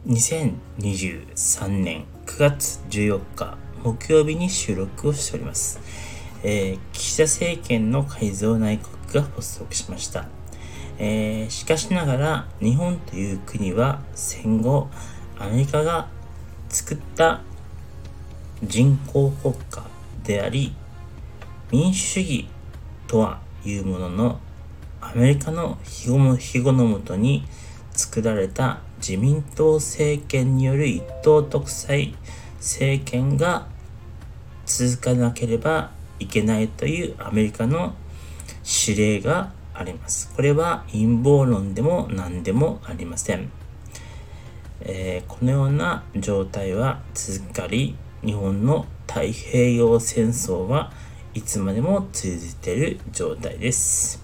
2023年9月14日木曜日に収録をしております。岸田政権の改造内閣が発足しました。しかしながら日本という国は戦後アメリカが作った人工国家であり、民主主義とはいうもののアメリカの庇護のもとに作られた自民党政権による一党独裁政権が続かなければいけないというアメリカの指令があります。これは陰謀論でも何でもありません。このような状態は続かり、日本の太平洋戦争はいつまでも続いている状態です。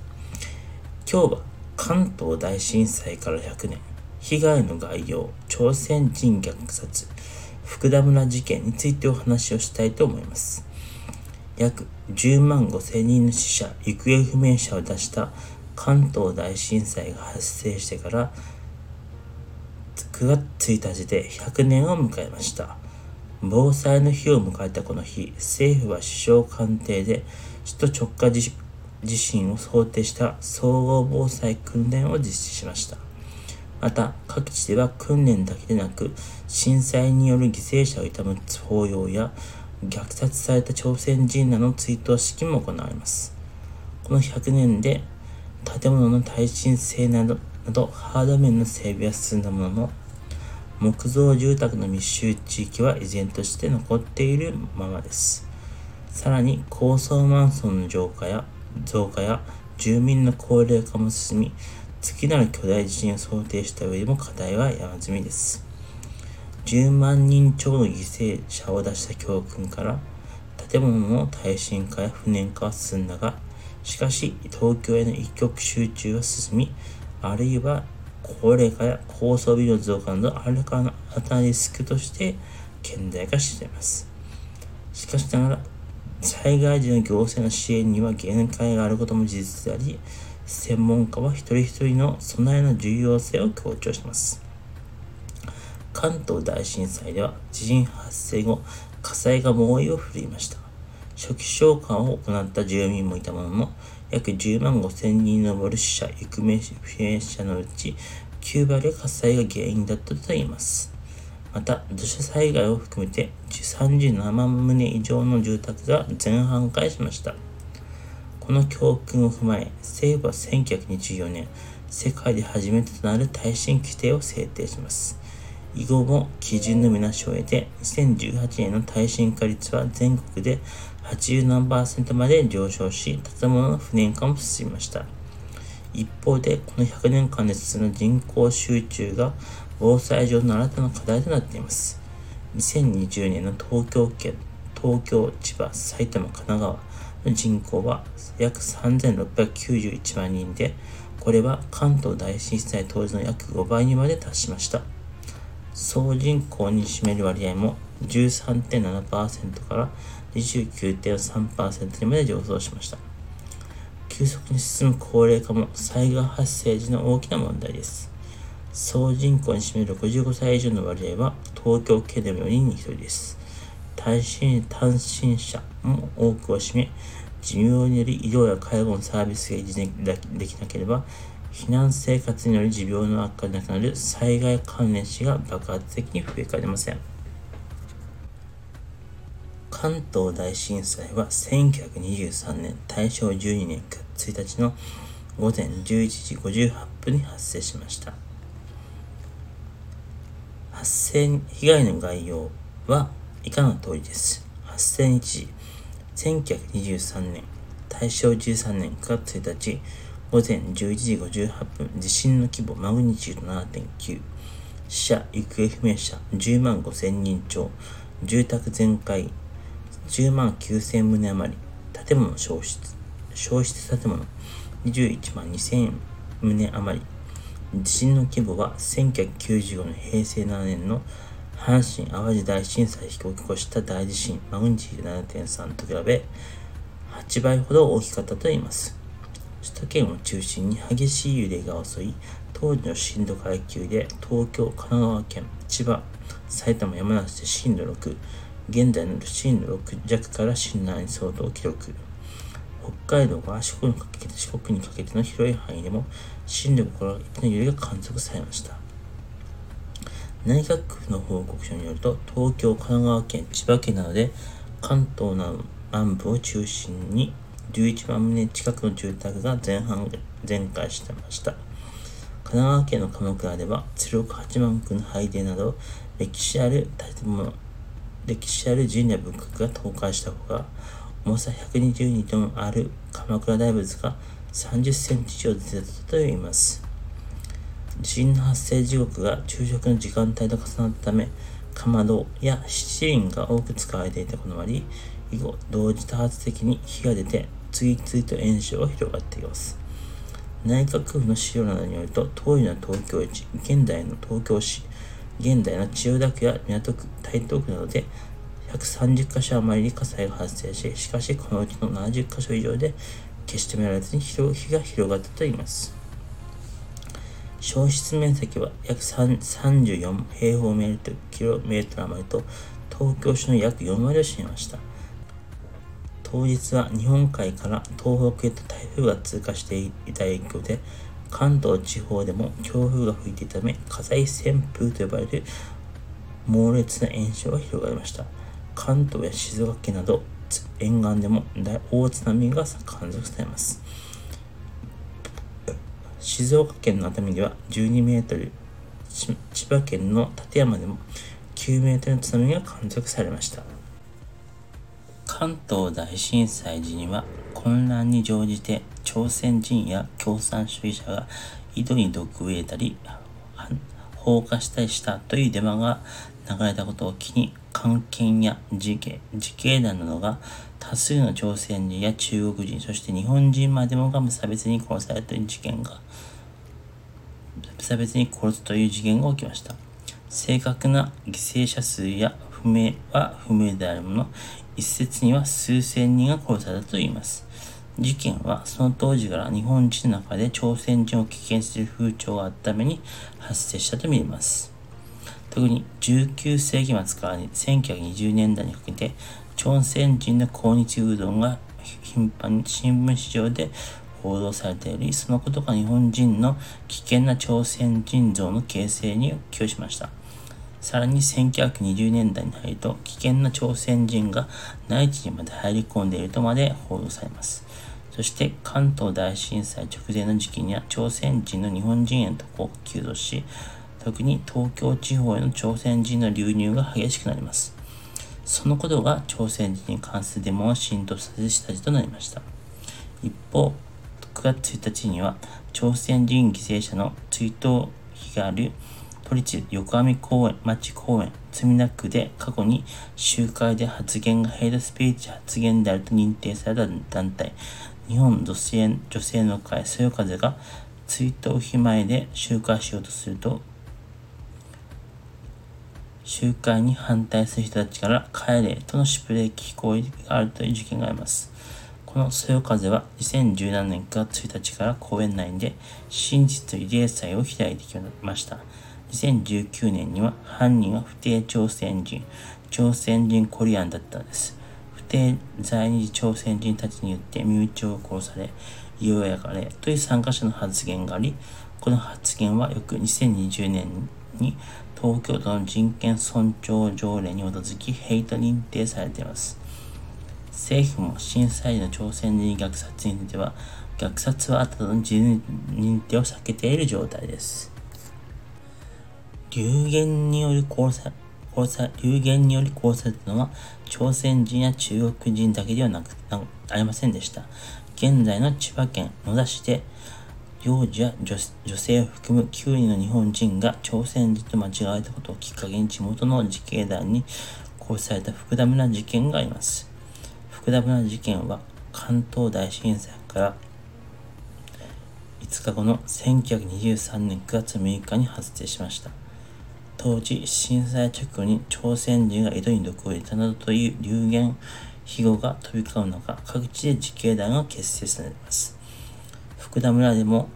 今日は関東大震災から100年、被害の概要、朝鮮人虐殺、福田村事件についてお話をしたいと思います。約10万5千人の死者、行方不明者を出した関東大震災が発生してから9月1日で100年を迎えました。防災の日を迎えたこの日、政府は首相官邸で首都直下地震を想定した総合防災訓練を実施しました。また、各地では訓練だけでなく、震災による犠牲者を悼む法要や、虐殺された朝鮮人らの追悼式も行われます。この100年で、建物の耐震性などハード面の整備は進んだものの、木造住宅の密集地域は依然として残っているままです。さらに高層マンションの増加や住民の高齢化も進み、次なる巨大地震を想定した上でも課題は山積みです。10万人超の犠牲者を出した教訓から建物の耐震化や不燃化は進んだが、しかし東京への一極集中は進み、あるいは高齢化や高層ビルの増加など新たなリスクとして顕在化しています。しかしながら災害時の行政の支援には限界があることも事実であり、専門家は一人一人の備えの重要性を強調します。関東大震災では地震発生後、火災が猛威を振るいました。初期消火を行った住民もいたものの、約10万5千人に上る死者・行方不明者のうち9割が火災が原因だったといいます。また、土砂災害を含めて37万棟以上の住宅が全半壊しました。この教訓を踏まえ、政府は1924年、世界で初めてとなる耐震規定を制定します。以後も基準の見直しを得て、2018年の耐震化率は全国で80何%まで上昇し、建物の不燃化も進みました。一方で、この100年間で進んだ人口集中が防災上の新たな課題となっています。2020年の東京、千葉、埼玉、神奈川の人口は約3691万人で、これは関東大震災当時の約5倍にまで達しました。総人口に占める割合も 13.7% から29.3% にまで上昇しました。急速に進む高齢化も災害発生時の大きな問題です。総人口に占める65歳以上の割合は東京圏でも4人に1人です。単身者も多くを占め、寿命により医療や介護のサービスが維持できなければ、避難生活により持病の悪化でなくなる災害関連死が爆発的に増えかねません。関東大震災は1923年大正12年9月1日の午前11時58分に発生しました。発生被害の概要は以下の通りです。発生日時、1923年大正13年9月1日午前11時58分、地震の規模マグニチュード 7.9、 死者・行方不明者10万5千人超、住宅全壊10万9千棟余り、建物消失建物21万2千棟余り。地震の規模は1995年平成7年の阪神・淡路大震災を引き起こした大地震マグニチュード 7.3 と比べ8倍ほど大きかったといいます。首都圏を中心に激しい揺れが襲い、当時の震度階級で東京、神奈川県、千千葉、埼玉、山梨で震度6、現在の震度6弱から震度7相当を記録。北海道から四国にかけての広い範囲でも震度5から1の揺れが観測されました。内閣府の報告書によると、東京、神奈川県、千葉県などで関東南部を中心に11万棟近くの住宅が全壊していました。神奈川県の鎌倉では鶴岡八幡宮の拝殿など歴史ある神社仏閣が倒壊したほか、重さ122トンある鎌倉大仏が30センチ以上出てたといいます。地震の発生時刻が昼食の時間帯と重なったため、かまどや七輪が多く使われていたこともあり、以後同時多発的に火が出て次々と炎症が広がっています。内閣府の資料などによると、当時の東京市、現代の東京市、現代の千代田区や港区、台東区などで130カ所余りに火災が発生しかしこのうちの70カ所以上で消し止められずに火が広がったといいます。焼失面積は約34平方メートル余りと、東京市の約4割を占めました。当日は日本海から東北へと台風が通過していた影響で、関東地方でも強風が吹いていたため、火災旋風と呼ばれる猛烈な炎症が広がりました。関東や静岡県など沿岸でも大津波が観測されます。静岡県の熱海では12メートル、千葉県の館山でも9メートルの津波が観測されました。関東大震災時には混乱に乗じて朝鮮人や共産主義者が井戸に毒を入れたり放火したりしたというデマが流れたことを機に、漢検や自警団などが多数の朝鮮人や中国人、そして日本人までもが無差別に殺すという事件が起きました。正確な犠牲者数や不明であるもの、一説には数千人が殺されたといいます。事件はその当時から日本人の中で朝鮮人を危険する風潮があったために発生したと見られます。特に19世紀末から1920年代にかけて、朝鮮人の抗日運動が頻繁に新聞紙上で報道されており、そのことが日本人の危険な朝鮮人像の形成に寄与しました。さらに1920年代に入ると、危険な朝鮮人が内地にまで入り込んでいるとまで報道されます。そして関東大震災直前の時期には朝鮮人の日本人への渡航が急増し、特に東京地方への朝鮮人の流入が激しくなります。そのことが朝鮮人に関するデモを浸透させる下地となりました。一方、9月1日には朝鮮人犠牲者の追悼碑がある都立横浜町公園墨田区で過去に集会で発言がヘイトスピーチ発言であると認定された団体、日本女性の会そよ風が追悼碑前で集会しようとすると、集会に反対する人たちから帰れとのシュプレーキ行為があるという事件があります。このそよ風は2017年9月1日から公園内で真実慰霊祭を開いてきました。2019年には犯人は不定朝鮮人コリアンだったのです。不定在日朝鮮人たちによって身内を殺され、家を焼かれという参加者の発言があり、この発言は翌2020年に東京都の人権尊重条例に基づきヘイト認定されています。政府も震災時の朝鮮人虐殺については、虐殺はあったとの自由認定を避けている状態です。流言により殺されたのは朝鮮人や中国人だけではありませんでした。現在の千葉県野田市で幼児や女性を含む9人の日本人が朝鮮人と間違われたことをきっかけに地元の自警団に殺された福田村事件があります。福田村事件は関東大震災から5日後の1923年9月6日に発生しました。当時、震災直後に朝鮮人が井戸に毒を入れたなどという流言、非語が飛び交う中、各地で自警団が結成されます。福田村でも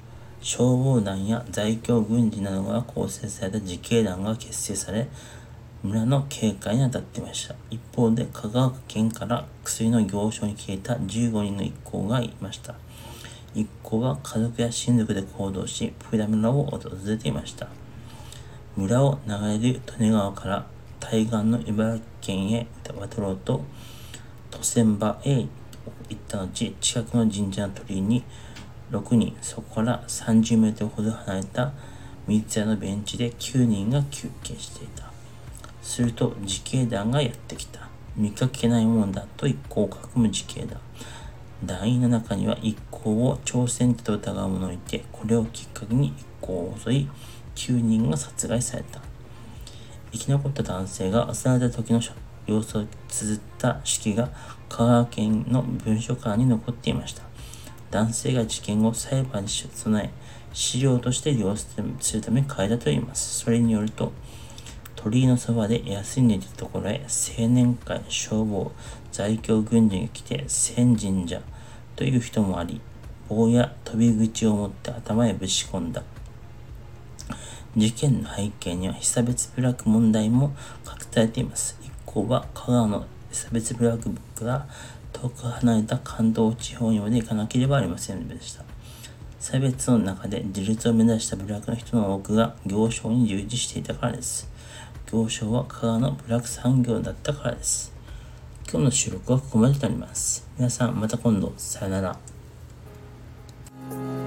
消防団や在京軍人などが構成された自警団が結成され、村の警戒に当たっていました。一方で、香川県から薬の行商に消えた15人の一行がいました。一行は家族や親族で行動し、プラ村を訪れていました。村を流れる利根川から対岸の茨城県へ渡ろうと、渡船場へ行った後、近くの神社の鳥居に6人、そこから30メートルほど離れた水屋のベンチで9人が休憩していた。すると自警団がやってきた。見かけないものだと一行を囲む自警団。団員の中には一行を朝鮮と疑う者がいて、これをきっかけに一行を襲い、9人が殺害された。生き残った男性が襲われた時の様子を綴った手記が香川県の文書館に残っていました。男性が事件後裁判に備え、資料として利用するために書いたといいます。それによると、鳥居のそばで休んでいたところへ青年会、消防、在京軍人が来て千神社という人もあり、棒や飛び口を持って頭へぶち込んだ。事件の背景には被差別部落問題も隠されています。一行は香川の被差別部落から遠く離れた関東地方にまで行かなければありませんでした。差別の中で自立を目指した部落の人の多くが行商に従事していたからです。行商は香川の部落産業だったからです。今日の収録はここまでとなります。皆さんまた今度。さよなら。